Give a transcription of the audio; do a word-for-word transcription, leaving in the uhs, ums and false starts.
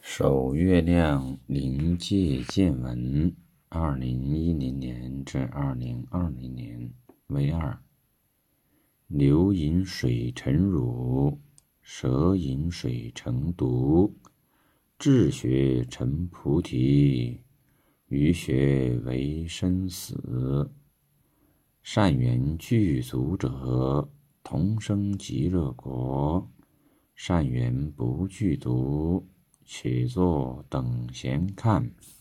首月亮临界见闻，二零一零年至二零二零年为二。牛饮水成乳，蛇饮水成毒。智学成菩提，愚学为生死。善缘具足者，同生极乐国；善缘不具足，且坐等闲看。